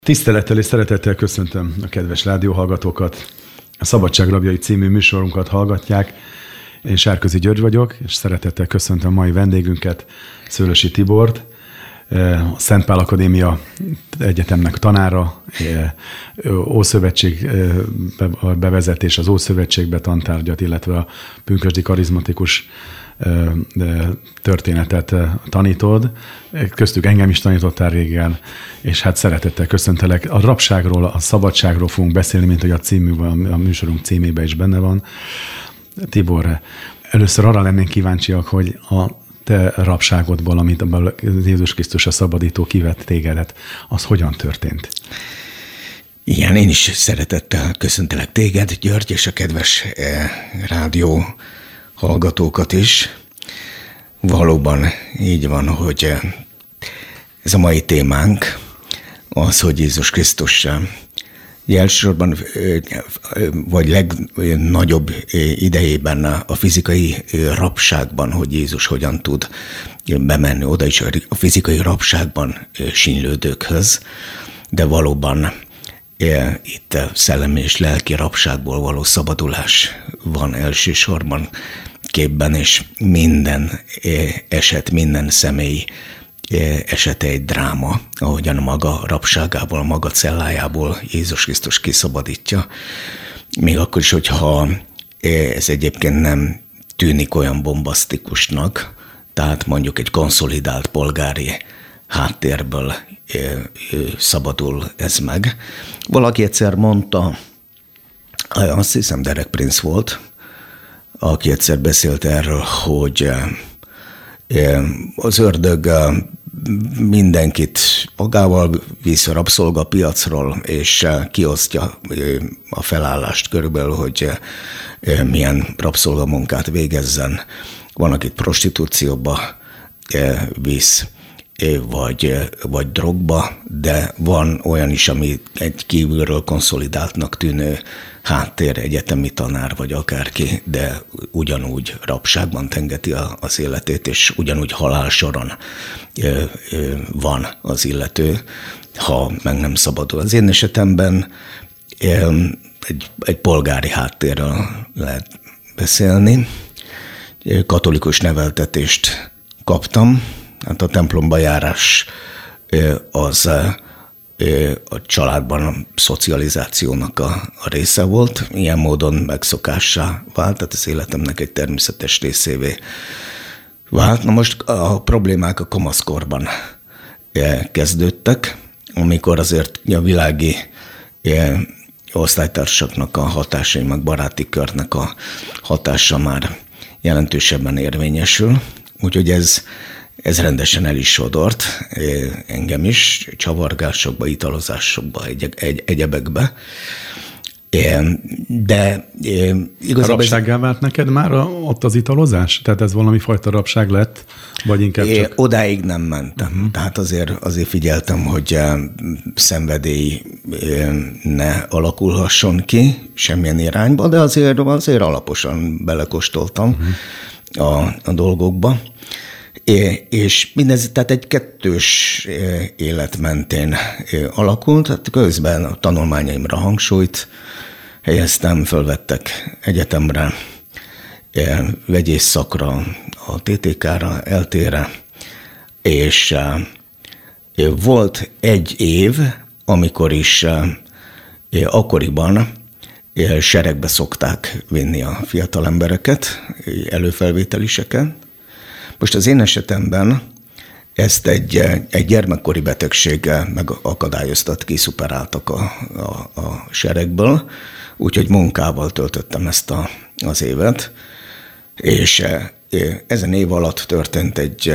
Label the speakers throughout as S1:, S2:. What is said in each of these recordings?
S1: Tisztelettel és szeretettel köszöntöm a kedves rádióhallgatókat. A Szabadság rabjai című műsorunkat hallgatják. Én Sárközi György vagyok, és szeretettel köszöntöm mai vendégünket, Szőlősi Tibort, a Szent Pál Akadémia Egyetemnek tanára, Ószövetség bevezetés, az Ószövetségbe tantárgyat, illetve a pünkösdi karizmatikus történetet tanítod. Köztük engem is tanítottál régen, és hát szeretettel köszöntelek. A rabságról, a szabadságról fogunk beszélni, mint hogy a műsorunk címében is benne van. Tibor, először arra lennénk kíváncsiak, hogy a te rabságodból, amit Jézus Krisztus a szabadító kivett tégedet, az hogyan történt?
S2: Igen, én is szeretettel köszöntelek téged, György, és a kedves rádió hallgatókat is. Valóban így van, hogy ez a mai témánk az, hogy Jézus Krisztus elsősorban, vagy legnagyobb idejében a fizikai rabságban, hogy Jézus hogyan tud bemenni oda is a fizikai rabságban sínylődőkhöz, de valóban itt szellemi és lelki rabságból való szabadulás van elsősorban képben, és minden eset, minden személy esete egy dráma, ahogyan maga rabságából, maga cellájából Jézus Krisztus kiszabadítja. Még akkor is, hogyha ez egyébként nem tűnik olyan bombasztikusnak, tehát mondjuk egy konszolidált polgári háttérből szabadul ez meg. Valaki egyszer mondta, azt hiszem Derek Prince volt, aki egyszer beszélt erről, hogy az ördög mindenkit magával visz a rabszolgapiacról, és kiosztja a felállást körülbelül, hogy milyen rabszolgamunkát végezzen. Van, akit prostitúcióba visz, vagy drogba, de van olyan is, ami egy kívülről konszolidáltnak tűnő háttér, egyetemi tanár, vagy akárki, de ugyanúgy rabságban tengeti az életét, és ugyanúgy halálsoron van az illető, ha meg nem szabadul. Az én esetemben egy polgári háttérről lehet beszélni. Katolikus neveltetést kaptam, hát a templomba járás az a családban a szocializációnak a része volt, ilyen módon megszokássá vált, tehát az életemnek egy természetes részévé vált. Na most a problémák a kamaszkorban kezdődtek, amikor azért a világi osztálytársaknak a hatásai, meg baráti körnek a hatása már jelentősebben érvényesül, úgyhogy ez rendesen el is sodort, engem is, csavargásokba, italozásokba, egyebekbe. De igazából... A
S1: rabsággá vált neked már ott az italozás? Tehát ez valami fajta rabság lett, vagy inkább csak...
S2: Odáig nem mentem. Tehát azért figyeltem, hogy szenvedély ne alakulhasson ki semmilyen irányba, de azért alaposan belekóstoltam a dolgokba. És mindez, tehát egy kettős élet mentén alakult, tehát közben a tanulmányaimra hangsúlyt helyeztem, fölvettek egyetemre, vegyész szakra, a TTK-ra, LT-re, és volt egy év, amikor is akkoriban seregbe szokták vinni a fiatal embereket, előfelvételiseken. Most az én esetemben ezt egy gyermekkori betegséggel megakadályoztat, kiszuperáltak a seregből, úgyhogy munkával töltöttem ezt az évet, és ezen év alatt történt egy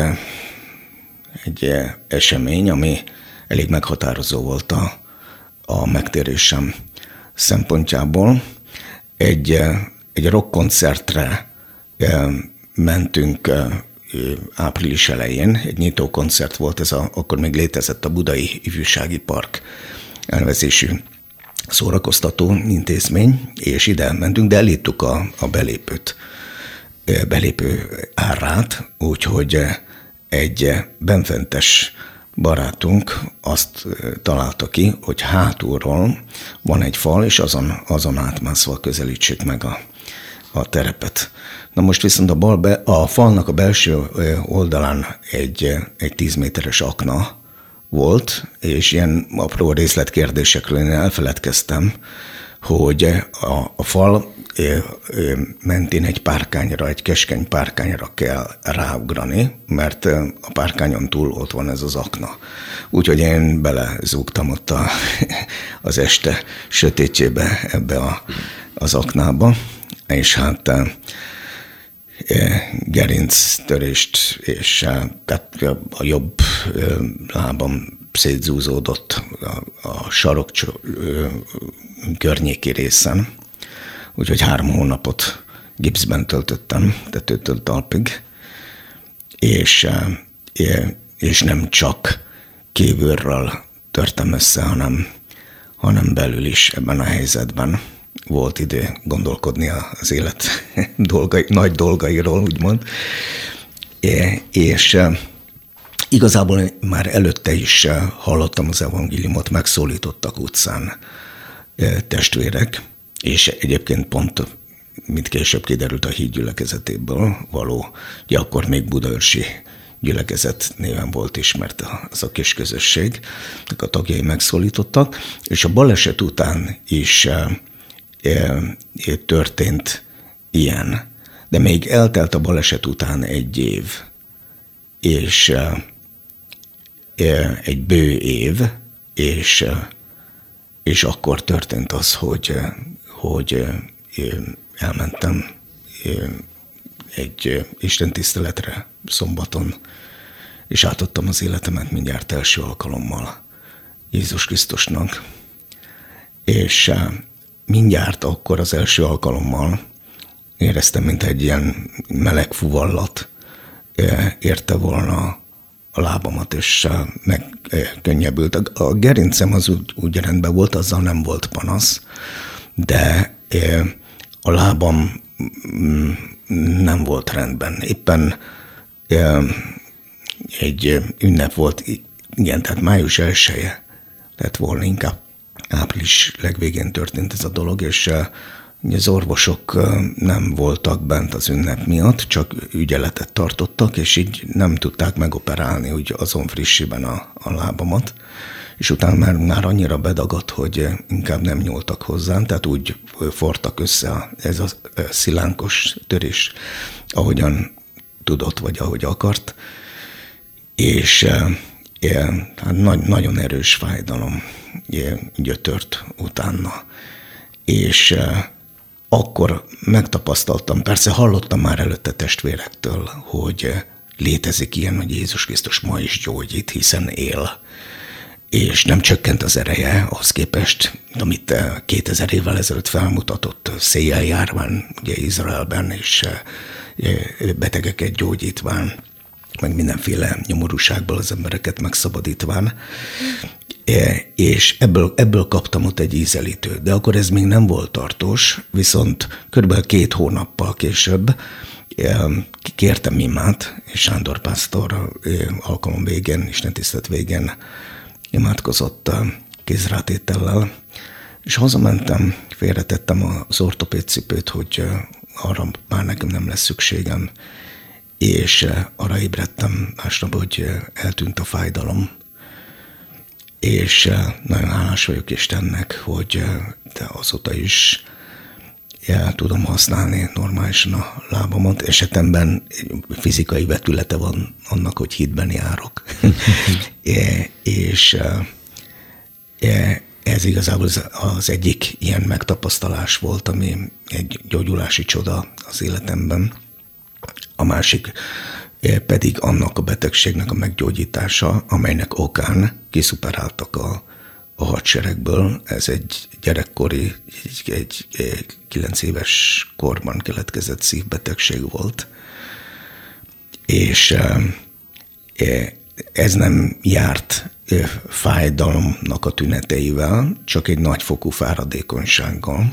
S2: esemény, ami elég meghatározó volt a megtérésem szempontjából. Egy rockkoncertre mentünk április elején, egy nyitókoncert volt, akkor még létezett a Budai Ifjúsági Park elnevezésű szórakoztató intézmény, és ide mentünk, de elíttuk a belépő árát, úgyhogy egy benfentes barátunk azt találta ki, hogy hátulról van egy fal, és azon átmászva közelítsék meg a terepet. Na most viszont a falnak a belső oldalán egy 10 méteres akna volt, és ilyen apró részletkérdésekről én elfeledkeztem, hogy a fal mentén egy párkányra, egy keskeny párkányra kell ráugrani, mert a párkányon túl ott van ez az akna. Úgyhogy én belezúgtam ott az este sötétjébe ebbe az aknába, és hát gerinctörést, és tehát a jobb lábam szétzúzódott a sarok környéki részen. Úgyhogy 3 hónapot gipszben töltöttem, tetőtől talpig, és nem csak kívülről törtem össze, hanem belül is ebben a helyzetben volt idő gondolkodni az élet nagy dolgairól, úgymond. És igazából már előtte is hallottam az evangéliumot, megszólítottak utcán testvérek, és egyébként pont, mint később kiderült a híd gyülekezetéből való, ugye akkor még budaörsi gyülekezet néven volt ismert az a kis közösség, a tagjai megszólítottak, és a baleset után is történt ilyen. De még eltelt a baleset után 1 év, és egy bő év, és akkor történt az, hogy elmentem egy istentiszteletre szombaton, és átadtam az életemet mindjárt első alkalommal Jézus Krisztusnak. És mindjárt akkor az első alkalommal éreztem, mint egy ilyen meleg fuvallat érte volna a lábamat, és megkönnyebbült. A gerincem az úgy rendben volt, azzal nem volt panasz, de a lábam nem volt rendben. Éppen egy ünnep volt, igen, tehát május 1-e lett volna, inkább április legvégén történt ez a dolog, és az orvosok nem voltak bent az ünnep miatt, csak ügyeletet tartottak, és így nem tudták megoperálni úgy azon frissiben a lábamat, és utána már annyira bedagadt, hogy inkább nem nyúltak hozzám, tehát úgy fortak össze ez a szilánkos törés, ahogyan tudott, vagy ahogy akart, és hát nagyon erős fájdalom gyötört utána. És akkor megtapasztaltam, persze hallottam már előtte testvérektől, hogy létezik ilyen, hogy Jézus Krisztus ma is gyógyít, hiszen él. És nem csökkent az ereje ahhoz képest, amit 2000 évvel ezelőtt felmutatott széjjeljárvány, ugye Izraelben, és betegeket gyógyítván, meg mindenféle nyomorúságból az embereket megszabadítván. És ebből kaptam ott egy ízelítőt. De akkor ez még nem volt tartós, viszont körülbelül 2 hónappal később kértem imát, és Sándor pásztor alkalom végén, istentisztelet végén imádkozott kézrátétellel, és hazamentem, félretettem az ortopédcipőt, hogy arra már nekem nem lesz szükségem, és arra ébredtem másnap, hogy eltűnt a fájdalom, és nagyon hálás vagyok Istennek, hogy azóta is el tudom használni normálisan a lábamat. Esetemben fizikai vetülete van annak, hogy hídben járok. És ez igazából az egyik ilyen megtapasztalás volt, ami egy gyógyulási csoda az életemben. A másik pedig annak a betegségnek a meggyógyítása, amelynek okán kiszuperáltak a hadseregből. Ez egy gyerekkori, egy 9 éves korban keletkezett szívbetegség volt. És ez nem járt fájdalomnak a tüneteivel, csak egy nagyfokú fáradékonysággal.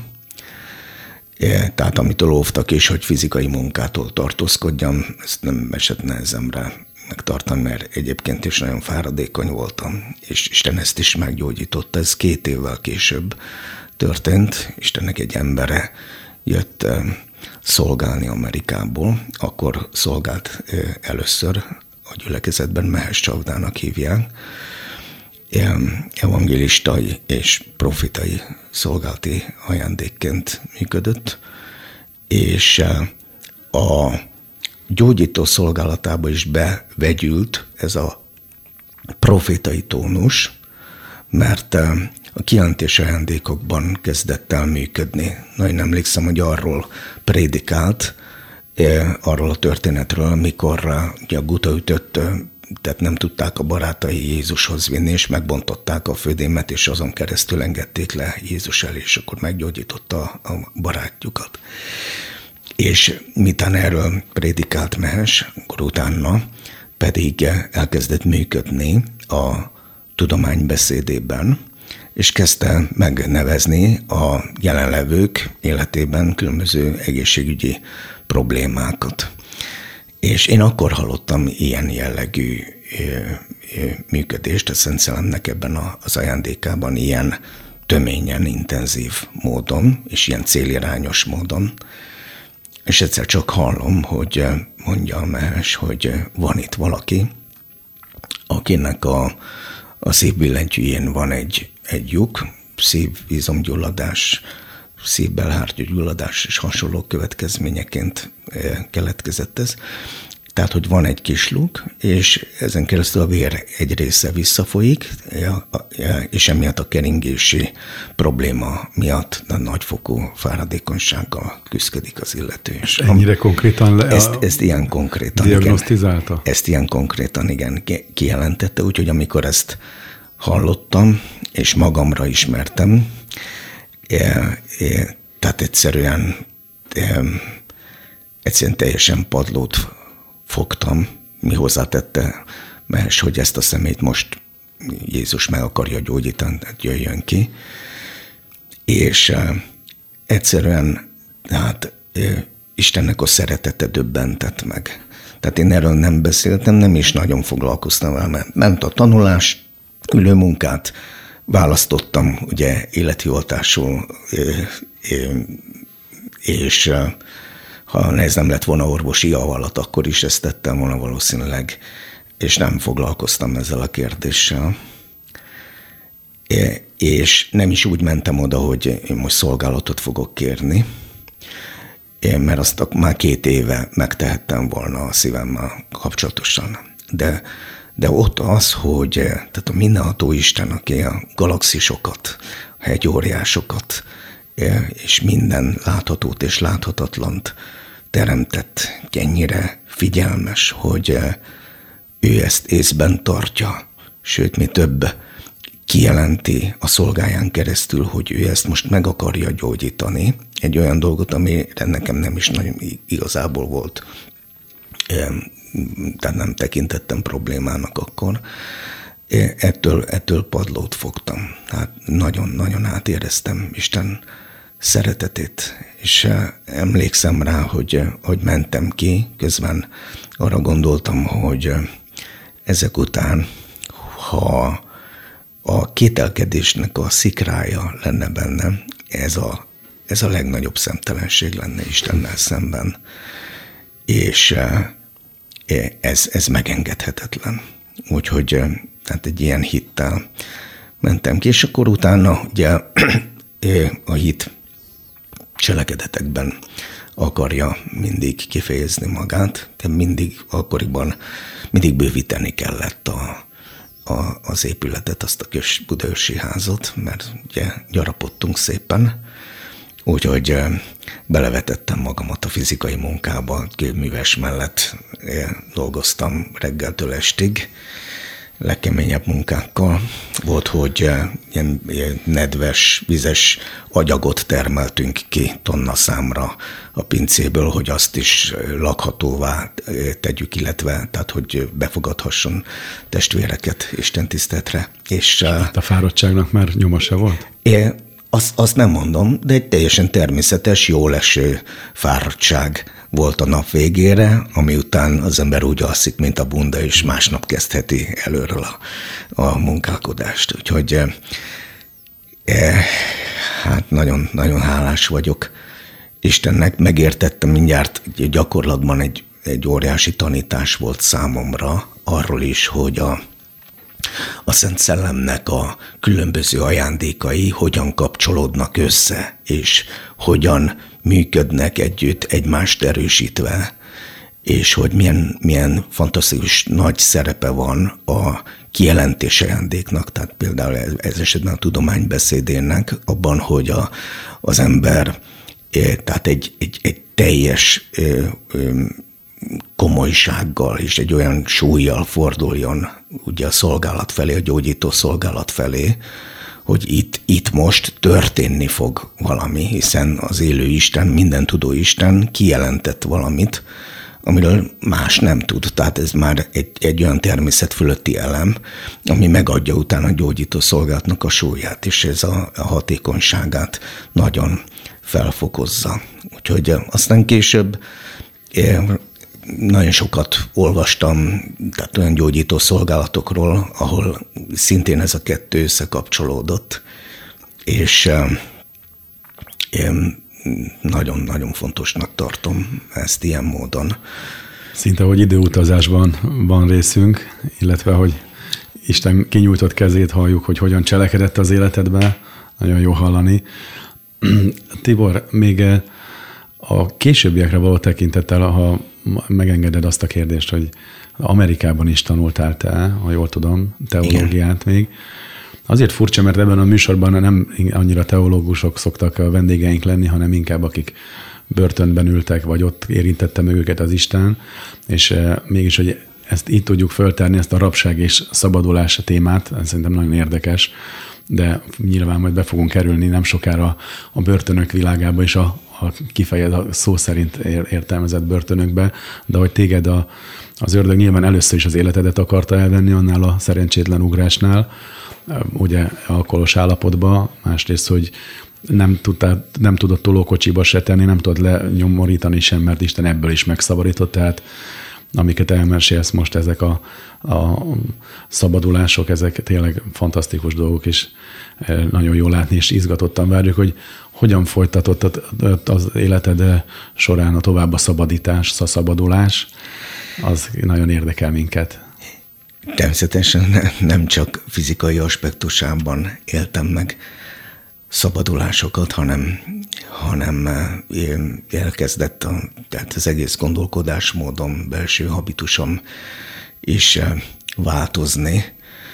S2: Tehát amitől óvtak is, hogy fizikai munkától tartózkodjam, ezt nem esett nehezemre megtartani, mert egyébként is nagyon fáradékony voltam, és Isten ezt is meggyógyította. Ez 2 évvel később történt. Istennek egy embere jött szolgálni Amerikából, akkor szolgált először a gyülekezetben, Mehes Csavdának hívják, evangélistai és profitai szolgálati ajándékként működött, és a gyógyító szolgálatába is bevegyült ez a profitai tónus, mert a kijelentés ajándékokban kezdett el működni. Nagyon emlékszem, hogy arról prédikált, arról a történetről, amikor a guta ütött, tehát nem tudták a barátai Jézushoz vinni, és megbontották a födémet, és azon keresztül engedték le Jézus elé, és akkor meggyógyította a barátjukat. És miután erről prédikált Mehes, akkor utána pedig elkezdett működni a tudománybeszédében, és kezdte megnevezni a jelenlevők életében különböző egészségügyi problémákat. És én akkor hallottam ilyen jellegű működést a Szent Szellemnek ebben az ajándékában, ilyen töményen, intenzív módon, és ilyen célirányos módon. És egyszer csak hallom, hogy mondja a Mehes, hogy van itt valaki, akinek a szívbillentyűjén van egy lyuk, szívizomgyulladás, szívbelhártyagyulladás és hasonló következményeként keletkezett ez. Tehát, hogy van egy kis luk, és ezen keresztül a vér egy része visszafolyik, és emiatt a keringési probléma miatt a nagyfokú fáradékonysággal küszködik az illető.
S1: Ennyire konkrétan
S2: ezt ilyen konkrétan
S1: diagnosztizálta?
S2: Igen, ezt ilyen konkrétan igen kijelentette, úgyhogy amikor ezt hallottam, és magamra ismertem, tehát egyszerűen teljesen padlót fogtam, mi hozzátette Mehes, hogy ezt a szemét most Jézus meg akarja gyógyítani, jöjjön ki. És egyszerűen tehát Istennek a szeretete döbbentett meg. Tehát én erről nem beszéltem, nem is nagyon foglalkoztam vele, mert ment a tanulás, ülőmunkát választottam, ugye élethivatásul, és ha ez nem lett volna orvosi avalat, akkor is ezt tettem volna valószínűleg, és nem foglalkoztam ezzel a kérdéssel. És nem is úgy mentem oda, hogy én most szolgálatot fogok kérni, mert azt már 2 éve megtehettem volna a szívemmel kapcsolatosan. De ott az, hogy tehát a mindenható Isten, aki a galaxisokat, a hegyóriásokat, és minden láthatót és láthatatlant teremtett, ennyire figyelmes, hogy ő ezt észben tartja, sőt, mi több, kijelenti a szolgáján keresztül, hogy ő ezt most meg akarja gyógyítani. Egy olyan dolgot, amire nekem nem is nagyon igazából volt, tehát nem tekintettem problémának akkor. Ettől padlót fogtam. Hát nagyon-nagyon átéreztem Isten szeretetét, és emlékszem rá, hogy mentem ki, közben arra gondoltam, hogy ezek után, ha a kételkedésnek a szikrája lenne benne, ez a legnagyobb szemtelenség lenne Istennel szemben, és ez megengedhetetlen. Úgyhogy tehát egy ilyen hittel mentem ki, és akkor utána ugye a hit cselekedetekben akarja mindig kifejezni magát, de akkoriban mindig bővíteni kellett az épületet, azt a Budaörsi házat, mert ugye gyarapodtunk szépen, úgyhogy belevetettem magamat a fizikai munkába, kőműves mellett dolgoztam reggeltől estig, legkeményebb munkákkal. Volt, hogy ilyen nedves, vizes agyagot termeltünk ki tonna számra a pincéből, hogy azt is lakhatóvá tegyük, illetve tehát, hogy befogadhasson testvéreket istentiszteletre. És
S1: a fáradtságnak már nyoma se volt?
S2: Azt nem mondom, de egy teljesen természetes, jól eső fáradtság volt a nap végére, ami után az ember úgy alszik, mint a bunda, és másnap kezdheti előről a munkálkodást. Úgyhogy hát nagyon, nagyon hálás vagyok Istennek. Megértettem mindjárt, gyakorlatban egy óriási tanítás volt számomra arról is, hogy a Szent Szellemnek a különböző ajándékai hogyan kapcsolódnak össze, és hogyan működnek együtt, egymást erősítve, és hogy milyen fantasztikus nagy szerepe van a kijelentés ajándéknak, tehát például ez esetben a tudománybeszédének abban, hogy az ember tehát egy teljes komolysággal és egy olyan súllyal forduljon ugye a szolgálat felé, a gyógyító szolgálat felé, hogy itt most történni fog valami, hiszen az élő Isten, mindentudó Isten kijelentett valamit, amiről más nem tud. Tehát ez már egy olyan természet fölötti elem, ami megadja utána a gyógyító szolgálatnak a súlyát, és ez a hatékonyságát nagyon felfokozza. Úgyhogy aztán később nagyon sokat olvastam, tehát olyan gyógyító szolgálatokról, ahol szintén ez a kettő összekapcsolódott, és én nagyon-nagyon fontosnak tartom ezt ilyen módon.
S1: Szinte, hogy időutazásban van részünk, illetve, hogy Isten kinyújtott kezét halljuk, hogy hogyan cselekedett az életedben, nagyon jó hallani. Tibor, még a későbbiekre való tekintettel, ha megengeded azt a kérdést, hogy Amerikában is tanultál te, ha jól tudom, teológiát. Igen. Még. Azért furcsa, mert ebben a műsorban nem annyira teológusok szoktak a vendégeink lenni, hanem inkább akik börtönben ültek, vagy ott érintette meg őket az Isten, és mégis, hogy ezt így tudjuk föltárni, ezt a rabság és szabadulás témát, ez szerintem nagyon érdekes, de nyilván majd be fogunk kerülni nem sokára a börtönök világába, és a szó szerint értelmezett börtönökbe, de hogy téged az ördög nyilván először is az életedet akarta elvenni annál a szerencsétlen ugrásnál, ugye alkoholos állapotba, másrészt, hogy nem tudott tolókocsiba se tenni, nem tudott lenyomorítani sem, mert Isten ebből is megszabadított, tehát amiket elmesélsz most, ezek a szabadulások, ezek tényleg fantasztikus dolgok, és nagyon jól látni, és izgatottan várjuk, hogy hogyan folytatott az életed során a tovább a szabadítás, a szabadulás, az nagyon érdekel minket.
S2: Természetesen nem csak fizikai aspektusában éltem meg szabadulásokat, hanem elkezdett tehát az egész gondolkodásmódom, belső habitusom is változni.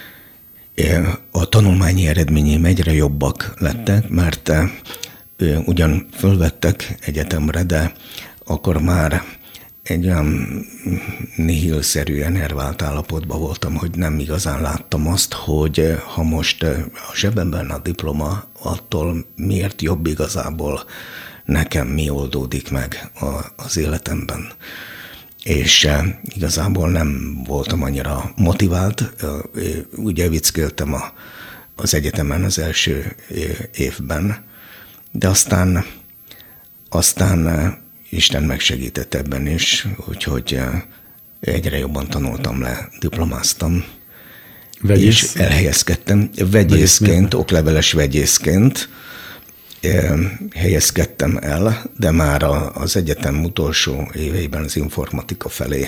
S2: A tanulmányi eredményeim egyre jobbak lettek, mert ugyan fölvettek egyetemre, de akkor már egy olyan nihilszerű, enervált állapotban voltam, hogy nem igazán láttam azt, hogy ha most a zsebemben a diploma, attól miért jobb igazából nekem, mi oldódik meg az életemben. És igazából nem voltam annyira motivált, ugye vickéltem az egyetemen az első évben, de aztán Isten megsegített ebben is, úgyhogy egyre jobban tanultam le, diplomáztam. És elhelyezkedtem. Vegyészként, okleveles vegyészként helyezkedtem el, de már az egyetem utolsó éveiben az informatika felé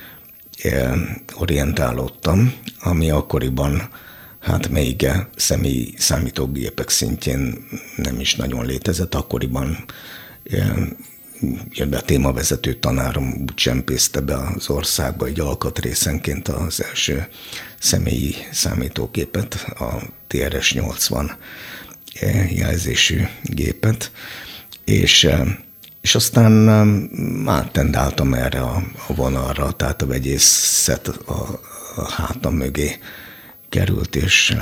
S2: orientálódtam, ami akkoriban hát még személyi számítógépek szintjén nem is nagyon létezett. Akkoriban a témavezető tanárom úgy csempészte be az országba egy alkatrészenként az első személyi számítógépet, a TRS-80 jelzésű gépet, és aztán áttendáltam erre a vonalra, tehát a vegyészet a hátam mögé került, és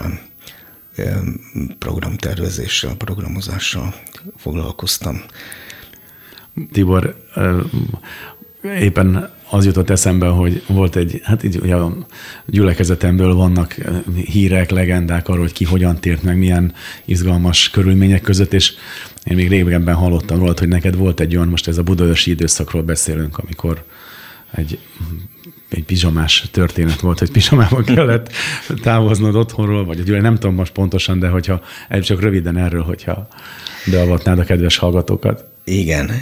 S2: programtervezéssel, programozással foglalkoztam.
S1: Tibor, éppen az jutott eszembe, hogy volt egy, hát így ugye a gyülekezetemből vannak hírek, legendák arról, hogy ki hogyan tért meg, milyen izgalmas körülmények között, és én még régebben hallottam róla, hogy neked volt egy olyan, most ez a budaörsi időszakról beszélünk, amikor egy pizsamás történet volt, hogy pizsamában kellett távoznod otthonról, vagy nem tudom most pontosan, de hogyha csak röviden erről, hogyha beavatnád a kedves hallgatókat.
S2: Igen.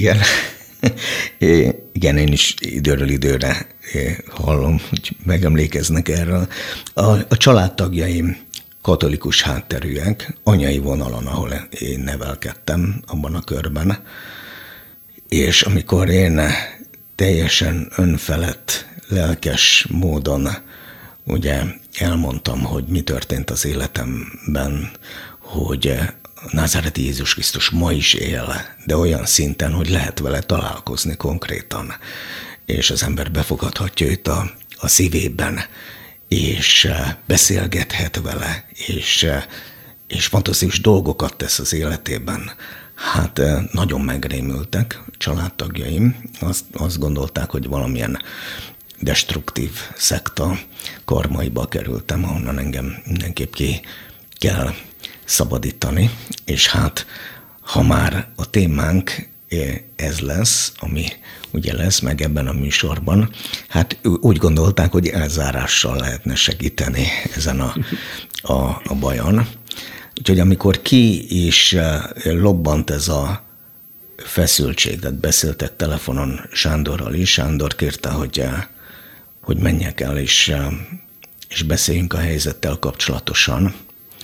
S2: Igen, én is időről időre hallom, hogy megemlékeznek erről. A családtagjaim katolikus hátterűek, anyai vonalon, ahol én nevelkedtem abban a körben, és amikor én teljesen önfelett, lelkes módon ugye elmondtam, hogy mi történt az életemben, hogy a názáreti Jézus Krisztus ma is él, de olyan szinten, hogy lehet vele találkozni konkrétan, és az ember befogadhatja őt a szívében, és beszélgethet vele, és fantasztikus dolgokat tesz az életében. Hát nagyon megrémültek családtagjaim, azt gondolták, hogy valamilyen destruktív szekta karmaiba kerültem, ahonnan engem mindenképp ki kell szabadítani, és hát ha már a témánk ez lesz, ami ugye lesz meg ebben a műsorban, hát úgy gondolták, hogy elzárással lehetne segíteni ezen a bajon. Úgyhogy amikor ki is lobbant ez a feszültség, tehát beszéltek telefonon Sándorral is, Sándor kérte, hogy menjek el, és beszéljünk a helyzettel kapcsolatosan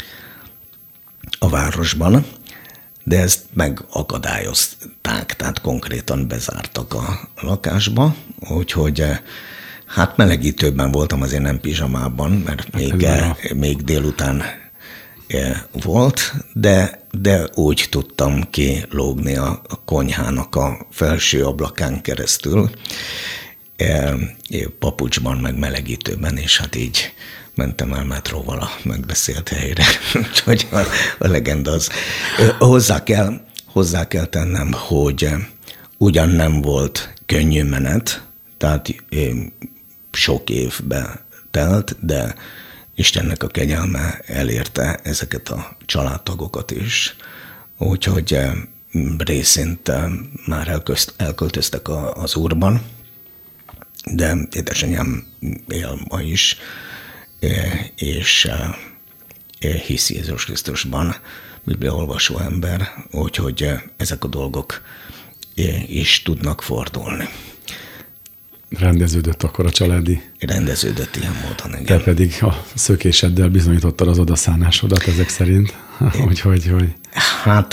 S2: a városban, de ezt megakadályozták, tehát konkrétan bezártak a lakásba, úgyhogy hát melegítőben voltam, azért nem pizsamában, mert még délután volt, de úgy tudtam kilógni a konyhának a felső ablakán keresztül, papucsban, meg melegítőben, és hát így mentem el metróval a megbeszélt helyre. Úgyhogy a legenda az. Hozzá kell tennem, hogy ugyan nem volt könnyű menet, tehát sok évbe telt, de Istennek a kegyelme elérte ezeket a családtagokat is. Úgyhogy részint már elköltöztek az Úrban, de édesanyám él ma is, és hisz Jézus Krisztusban, bibliaolvasó ember, úgyhogy ezek a dolgok is tudnak fordulni.
S1: Rendeződött akkor a családi...
S2: Rendeződött ilyen módon, igen.
S1: Te pedig a szökéseddel bizonyítottad az odaszánásodat ezek szerint. Hogy...
S2: Hát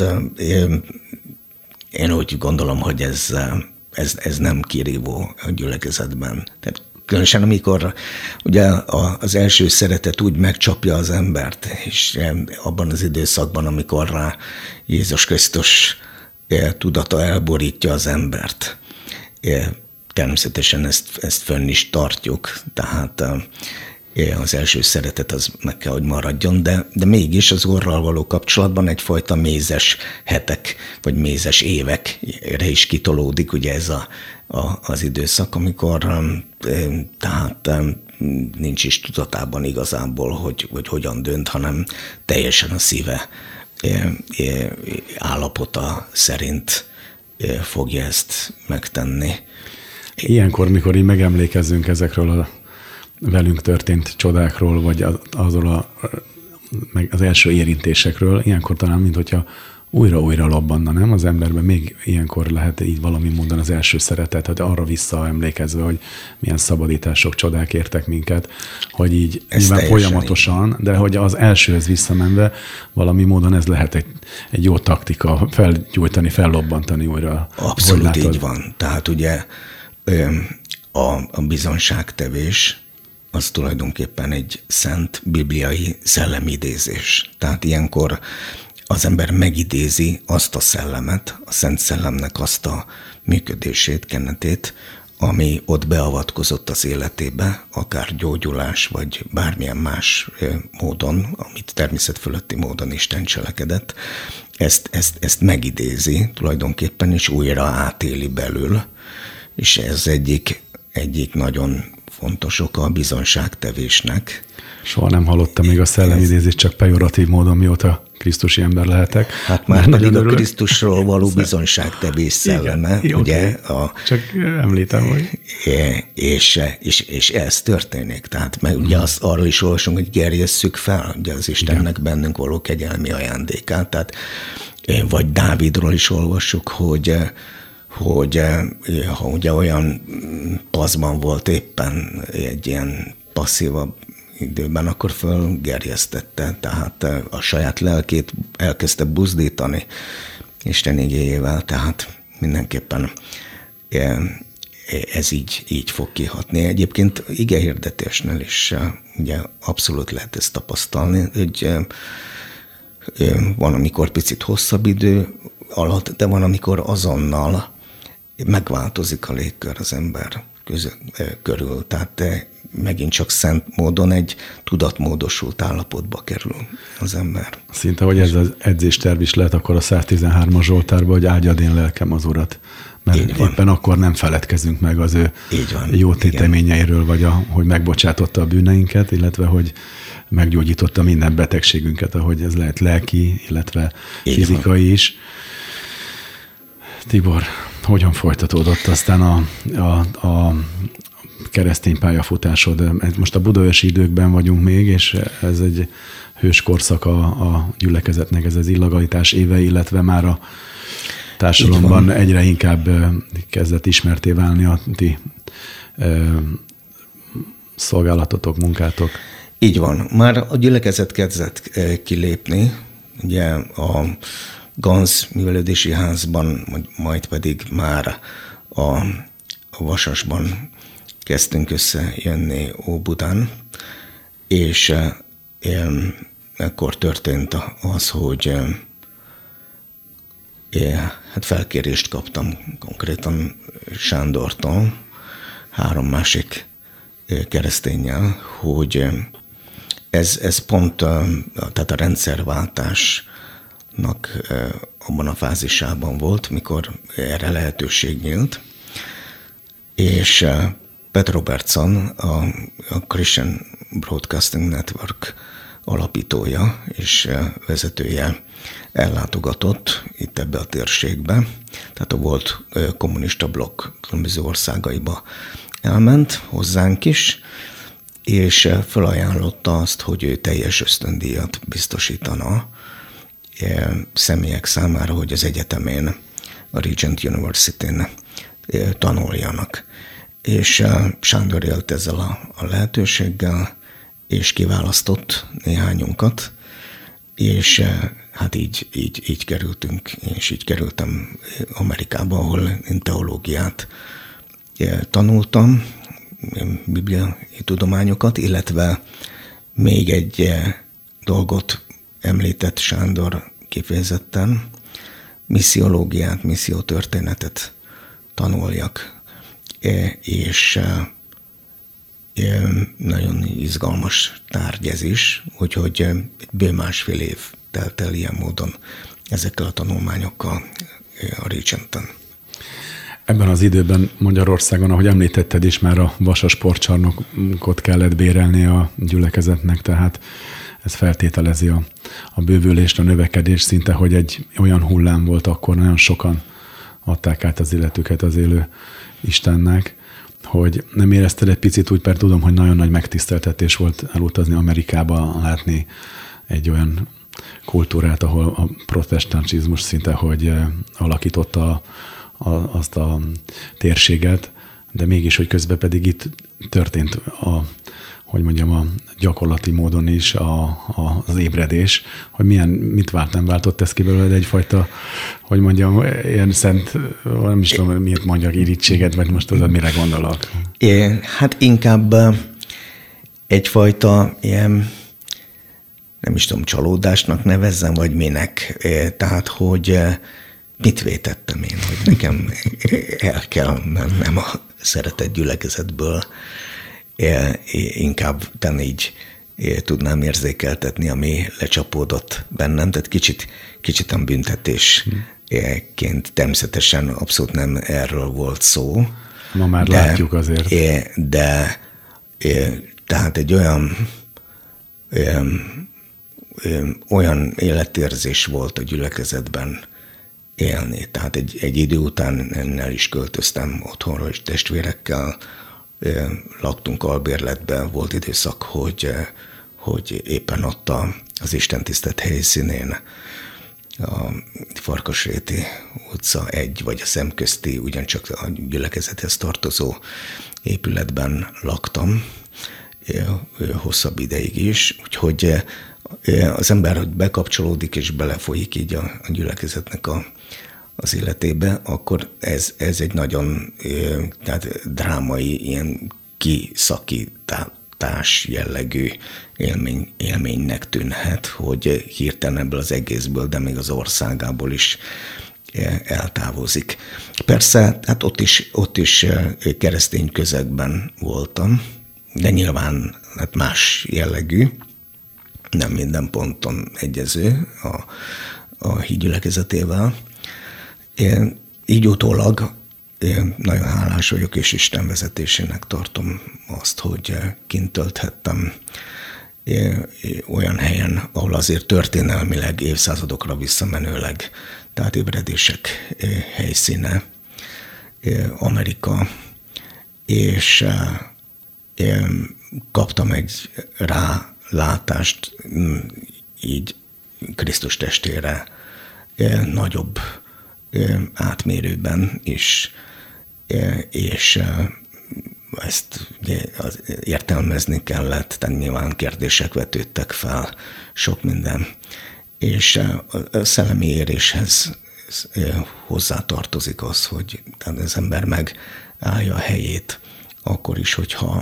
S2: én úgy gondolom, hogy ez nem kirívó a gyülekezetben. Tehát különösen amikor ugye az első szeretet úgy megcsapja az embert, és abban az időszakban, amikor rá Jézus Krisztus tudata elborítja az embert, természetesen ezt fönn is tartjuk, tehát az első szeretet az meg kell, hogy maradjon, de mégis az Úrral való kapcsolatban egyfajta mézes hetek, vagy mézes évekre is kitolódik ugye ez az időszak, amikor tehát nincs is tudatában igazából, hogy hogyan dönt, hanem teljesen a szíve állapota szerint fogja ezt megtenni.
S1: Ilyenkor, mikor így megemlékezzünk ezekről a velünk történt csodákról, vagy az első érintésekről, ilyenkor talán, minthogyha újra-újra lobbanna, nem? Az emberben még ilyenkor lehet így valami módon az első szeretet, hát arra visszaemlékezve, hogy milyen szabadítások, csodák értek minket, hogy így nyilván folyamatosan, de hogy az elsőhöz visszamenve valami módon ez lehet egy jó taktika, felgyújtani, fellobbantani újra.
S2: Abszolút így van. Tehát ugye a bizonságtevés az tulajdonképpen egy szent bibliai szellemidézés. Tehát ilyenkor az ember megidézi azt a szellemet, a Szent Szellemnek azt a működését, kenetét, ami ott beavatkozott az életébe, akár gyógyulás, vagy bármilyen más módon, amit természet fölötti módon Isten cselekedett, ezt megidézi tulajdonképpen, és újra átéli belül, és ez egyik nagyon fontos oka a bizonságtevésnek.
S1: Soha nem hallottam még a szellemidézést, csak pejoratív módon, mióta krisztusi ember lehetek.
S2: Hát már pedig a Krisztusról való bizonságtevés szelleme, igen, ugye?
S1: Okay. Csak említem, hogy...
S2: És ez történik. Tehát meg ugye arról is olvasunk, hogy gerjesszük fel ugye az Istennek bennünk való kegyelmi ajándékát. Tehát, vagy Dávidról is olvassuk, hogy ha ugye olyan paszban volt éppen egy ilyen passzívabb időben, akkor fölgerjesztette, tehát a saját lelkét elkezdte buzdítani Isten igéjével, tehát mindenképpen ez így fog kihatni. Egyébként igehirdetésnél is ugye abszolút lehet ezt tapasztalni, hogy van, amikor picit hosszabb idő alatt, de van, amikor azonnal megváltozik a légkör az ember körül, tehát megint csak szent módon egy tudatmódosult állapotba kerül az ember.
S1: Szinte, hogy ez az edzésterv is lehet akkor a 113-as Zsoltárban, hogy áldjad én lelkem az Urat. Mert éppen akkor nem feledkezünk meg az ő jó téteményeiről, vagy hogy megbocsátotta a bűneinket, illetve hogy meggyógyította minden betegségünket, ahogy ez lehet lelki, illetve fizikai is. Tibor, hogyan folytatódott aztán a keresztény pályafutásod? Most a budaörsi időkben vagyunk még, és ez egy hős korszak a gyülekezetnek, ez az illegalitás éve, illetve már a társadalomban egyre inkább kezdett ismerté válni a ti szolgálatotok, munkátok.
S2: Így van. Már a gyülekezet kezdett kilépni, ugye a Ganz művelődési házban, majd pedig már a Vasasban kezdtünk összejönni Óbudán, és ekkor történt az, hogy hát felkérést kaptam konkrétan Sándortól, 3 másik kereszténnyel, hogy ez pont tehát a rendszerváltásnak abban a fázisában volt, mikor erre lehetőség nyílt, és Pat Robertson, a Christian Broadcasting Network alapítója és vezetője ellátogatott itt ebbe a térségbe, tehát a volt kommunista blokk különböző országaiba elment hozzánk is, és felajánlotta azt, hogy ő teljes ösztöndíjat biztosítana személyek számára, hogy az egyetemén, a Regent University-n tanuljanak. És Sándor élt ezzel a lehetőséggel, és kiválasztott néhányunkat, és hát így kerültünk, és így kerültem Amerikába, ahol én teológiát tanultam, bibliai tudományokat, illetve még egy dolgot említett Sándor kifejezetten, missziológiát, missziótörténetet tanuljak, és nagyon izgalmas tárgy ez is, úgyhogy bő 1,5 év telt el ilyen módon ezekkel a tanulmányokkal a Regenten.
S1: Ebben az időben Magyarországon, ahogy említetted is, már a Vasas sportcsarnokot kellett bérelni a gyülekezetnek, tehát ez feltételezi a bővülést, a növekedést, szinte, hogy egy olyan hullám volt akkor, nagyon sokan adták át az életüket az élő Istennek, hogy nem érezted egy picit úgy, mert tudom, hogy nagyon nagy megtiszteltetés volt elutazni Amerikába, látni egy kultúrát, ahol a protestantizmus szinte, hogy alakította azt a térséget, de mégis, hogy közben pedig itt történt a gyakorlati módon is az ébredés, hogy mit nem váltott ez ki belőled egyfajta, ilyen szent, nem is tudom, miért mondjak, irítséget, vagy most tudod, mire gondolok?
S2: Hát inkább egyfajta ilyen, nem is tudom, csalódásnak nevezzem, vagy minek. Tehát, hogy mit vétettem én, hogy nekem el kell mennem a szeretett gyülekezetből, inkább így tudnám érzékeltetni, ami lecsapódott bennem, tehát kicsit büntetésként természetesen abszolút nem erről volt szó.
S1: Ma már látjuk azért.
S2: Tehát egy olyan életérzés volt a gyülekezetben élni. Tehát egy idő után el is költöztem otthonról, és testvérekkel laktunk albérletben. Volt időszak, hogy éppen ott az istentisztelt helyszínén, a Farkasréti utca 1, vagy a Szemközti, ugyancsak a gyülekezethez tartozó épületben laktam hosszabb ideig is, úgyhogy az ember, hogy bekapcsolódik és belefolyik így a gyülekezetnek az életébe, akkor ez egy nagyon drámai, ilyen kiszakítás jellegű élménynek tűnhet, hogy hirtelen ebből az egészből, de még az országából is eltávozik. Persze, hát ott is keresztény közegben voltam, de nyilván hát más jellegű, nem minden ponton egyező a híd gyülekezetével. Így utólag nagyon hálás vagyok, és Isten vezetésének tartom azt, hogy kint tölthettem olyan helyen, ahol azért történelmileg évszázadokra visszamenőleg, tehát ébredések helyszíne, Amerika, és kaptam egy rálátást így Krisztus testére nagyobb átmérőben is, és ezt értelmezni kellett, tehát nyilván kérdések vetődtek fel, sok minden, és a szellemi éréshez hozzátartozik az, hogy az ember megállja a helyét, akkor is, hogyha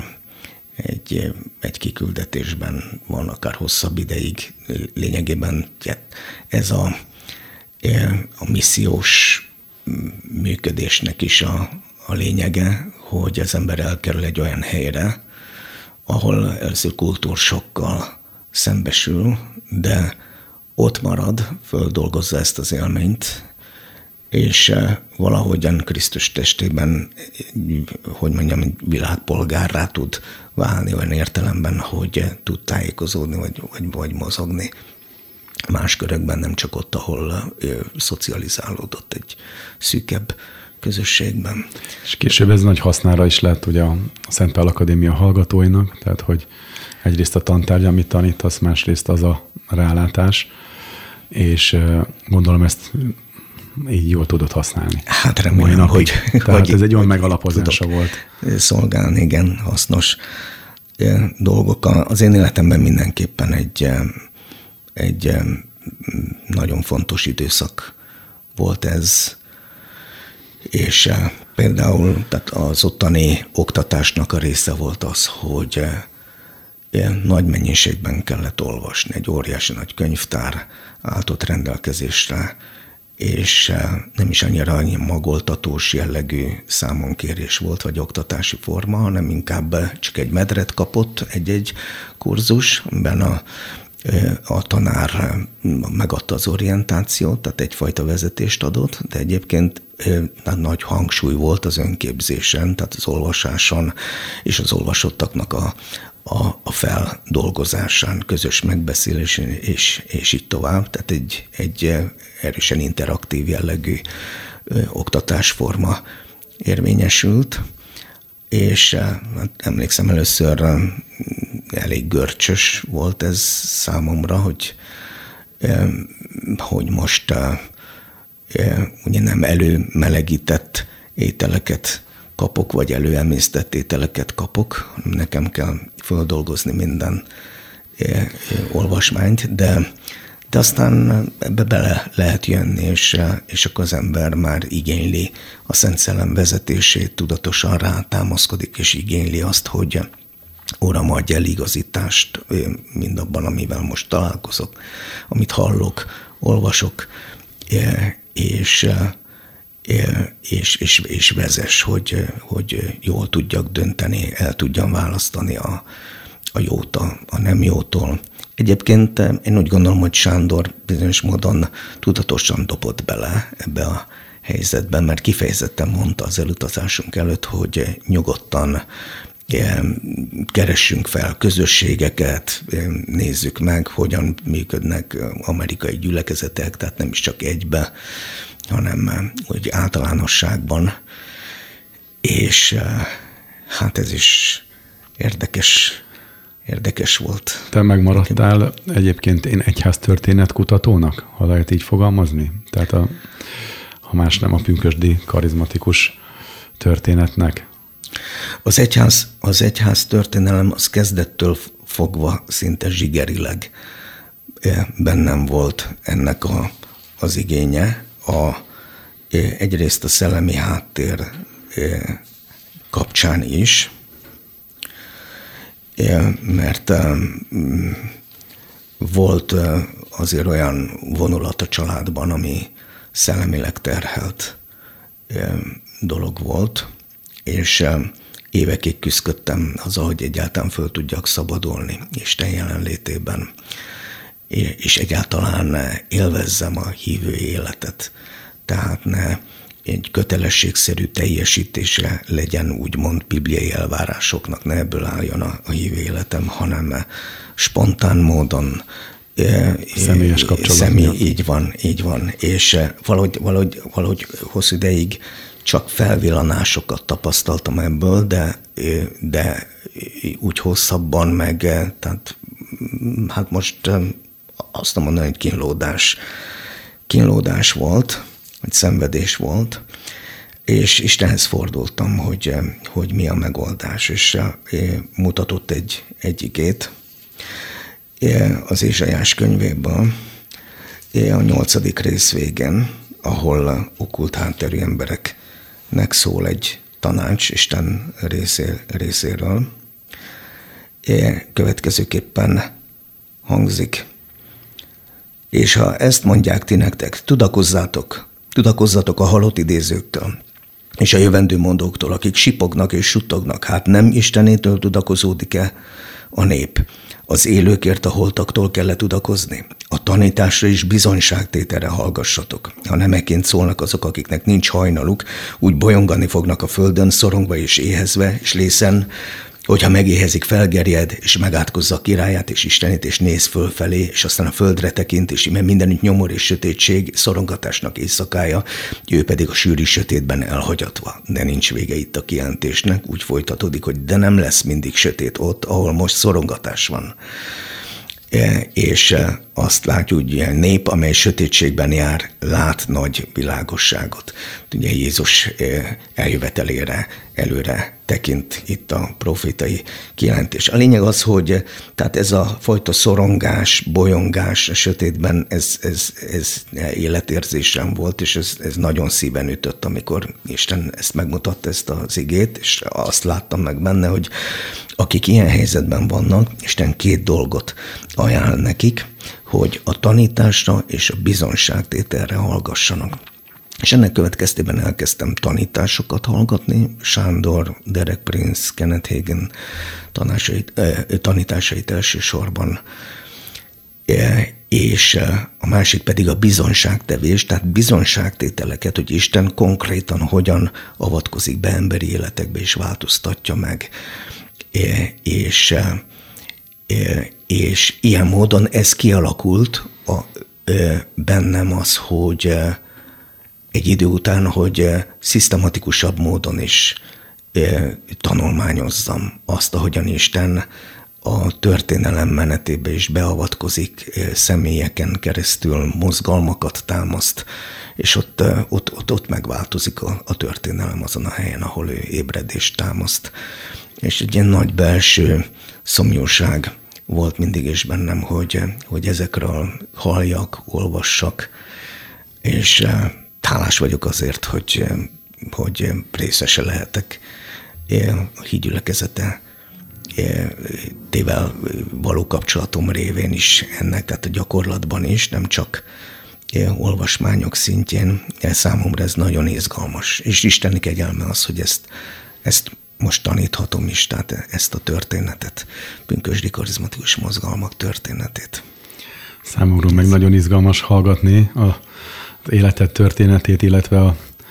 S2: egy kiküldetésben van, akár hosszabb ideig. Lényegében ez a missziós működésnek is a lényege, hogy az ember elkerül egy olyan helyre, ahol először kultúrsokkkal szembesül, de ott marad, földolgozza ezt az élményt, és valahogyan Krisztus testében, hogy mondjam, világpolgárrá tud válni olyan értelemben, hogy tud tájékozódni, vagy mozogni más körökben, nem csak ott, ahol szocializálódott egy szűkebb közösségben.
S1: És később ez nagy hasznára is lett ugye a Szent Pál Akadémia hallgatóinak, tehát hogy egyrészt a tantárgy, amit tanítasz, másrészt az a rálátás, és gondolom ezt így jól tudod használni.
S2: Hát remélem, hogy
S1: ez egy olyan megalapozása volt.
S2: Szolgálni, igen, hasznos dolgok. Az én életemben mindenképpen egy nagyon fontos időszak volt ez, és például tehát az ottani oktatásnak a része volt az, hogy nagy mennyiségben kellett olvasni, egy óriási nagy könyvtár állt ott rendelkezésre, és nem is annyira magoltatós jellegű számonkérés volt, vagy oktatási forma, hanem inkább csak egy medret kapott egy kurzus, amiben a tanár megadta az orientációt, tehát egyfajta vezetést adott, de egyébként nagy hangsúly volt az önképzésen, tehát az olvasáson és az olvasottaknak a feldolgozásán, közös megbeszélésén, és így tovább. Tehát egy erősen interaktív jellegű oktatásforma érvényesült, és emlékszem, először elég görcsös volt ez számomra, hogy most ugye nem előmelegített ételeket kapok, vagy előemésztett ételeket kapok, nekem kell földolgozni minden olvasmányt, de aztán ebbe bele lehet jönni, és akkor az ember már igényli a Szent Szellem vezetését, tudatosan rátámaszkodik, és igényli azt, hogy Uram, adj el igazítást mindabban, amivel most találkozok, amit hallok, olvasok, és vezess, hogy jól tudjak dönteni, el tudjam választani a jót a nem jótól. Egyébként én úgy gondolom, hogy Sándor bizonyos módon tudatosan dobott bele ebbe a helyzetben, mert kifejezetten mondta az elutazásunk előtt, hogy nyugodtan keressünk fel közösségeket, nézzük meg, hogyan működnek amerikai gyülekezetek, tehát nem is csak egybe, hanem úgy általánosságban. És hát ez is érdekes volt.
S1: Te megmaradtál egyébként egyháztörténet kutatónak, ha lehet így fogalmazni? Tehát ha más nem a pünkösdi karizmatikus történetnek?
S2: Az egyház történelem az kezdettől fogva szinte zsigerileg bennem volt ennek az igénye. Egyrészt a szellemi háttér kapcsán is, mert volt azért olyan vonulat a családban, ami szellemileg terhelt dolog volt, és évekig küzdöttem azzal, hogy egyáltalán föl tudjak szabadulni Isten jelenlétében, és egyáltalán élvezzem a hívő életet. Tehát ne egy kötelességszerű teljesítésre legyen úgymond bibliai elvárásoknak, ne ebből álljon a hívő életem, hanem spontán módon,
S1: személyes kapcsolatban.
S2: Így van. És valahogy hosszú ideig csak felvillanásokat tapasztaltam ebből, de úgy hosszabban meg, tehát hát most azt mondom, hogy kínlódás volt, vagy szenvedés volt, és Istenhez fordultam, hogy mi a megoldás, és mutatott egy igét az Ézsaiás könyvéből, a 8. rész végén, ahol okkult hátterű embereknek szól egy tanács Isten részéről. Következőképpen hangzik. És ha ezt mondják ti nektek, tudakozzatok a halott idézőktől, és a jövendő mondóktól, akik sipognak és suttognak, hát nem Istenétől tudakozódik-e a nép? Az élőkért a holtaktól kell tudakozni. A tanításra is bizonyságtételre hallgassatok. Ha nemeként szólnak azok, akiknek nincs hajnaluk, úgy bolyongani fognak a földön, szorongva és éhezve, és lészen, hogyha megéhezik, felgerjed, és megátkozza a királyát és Istenét, és néz fölfelé, és aztán a földre tekint, és íme mindenütt nyomor és sötétség, szorongatásnak éjszakája, ő pedig a sűrű sötétben elhagyatva. De nincs vége itt a kijelentésnek, úgy folytatódik, hogy de nem lesz mindig sötét ott, ahol most szorongatás van. És azt látjuk, hogy ilyen nép, amely sötétségben jár, lát nagy világosságot. Ugye Jézus eljövetelére előre tekint itt a profétai kijelentés. A lényeg az, hogy tehát ez a fajta szorongás, bolyongás a sötétben, ez életérzésem volt, és ez nagyon szíven ütött, amikor Isten ezt megmutatta, ezt az igét, és azt láttam meg benne, hogy akik ilyen helyzetben vannak, Isten 2 dolgot ajánl nekik, hogy a tanításra és a bizonságtételre hallgassanak. És ennek következtében elkezdtem tanításokat hallgatni, Sándor, Derek Prince, Kenneth Hagin tanításait elsősorban, és a másik pedig a bizonságtevés, tehát bizonságtételeket, hogy Isten konkrétan hogyan avatkozik be emberi életekbe és változtatja meg. És ilyen módon ez kialakult bennem az, hogy egy idő után, hogy szisztematikusabb módon is tanulmányozzam azt, ahogyan Isten a történelem menetébe is beavatkozik, személyeken keresztül mozgalmakat támaszt, és ott megváltozik a történelem azon a helyen, ahol ő ébredést támaszt. És egy ilyen nagy belső szomjúság volt mindig is bennem, hogy ezekről halljak, olvassak, és hálás vagyok azért, hogy részese lehetek a hídgyülekezete tével való kapcsolatom révén is ennek, tehát a gyakorlatban is, nem csak olvasmányok szintjén. Számomra ez nagyon izgalmas, és isteni kegyelme az, hogy ezt most taníthatom is, tehát ezt a történetet, pünkösdi karizmatikus mozgalmak történetét.
S1: Számomra meg nagyon izgalmas hallgatni az életed történetét, illetve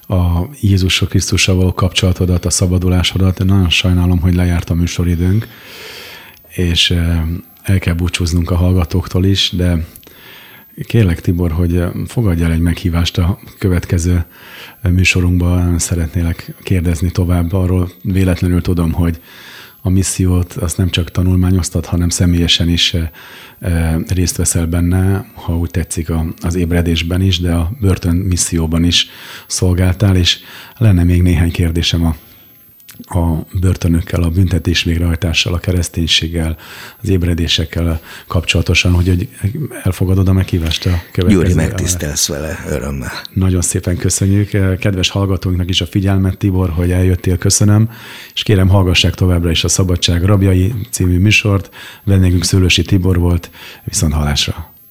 S1: a Jézus Krisztussal való kapcsolatodat, a szabadulásodat. Nagyon sajnálom, hogy lejárt a műsoridőnk, és el kell búcsúznunk a hallgatóktól is, de kérlek, Tibor, hogy fogadj el egy meghívást a következő műsorunkban. Szeretnélek kérdezni tovább. Arról véletlenül tudom, hogy a missziót azt nem csak tanulmányoztad, hanem személyesen is részt veszel benne, ha úgy tetszik, az ébredésben is, de a börtön misszióban is szolgáltál, és lenne még néhány kérdésem a börtönökkel, a büntetés végrehajtással, a kereszténységgel, az ébredésekkel kapcsolatosan, hogy elfogadod a meghívást a következő.
S2: Gyuri, megtisztelsz vele, örömmel.
S1: Nagyon szépen köszönjük. Kedves hallgatóinknak is a figyelmet, Tibor, hogy eljöttél, köszönöm. És kérem, hallgassák továbbra is a Szabadság rabjai című műsort. Vendégünk Szőlősi Tibor volt, viszont hallásra.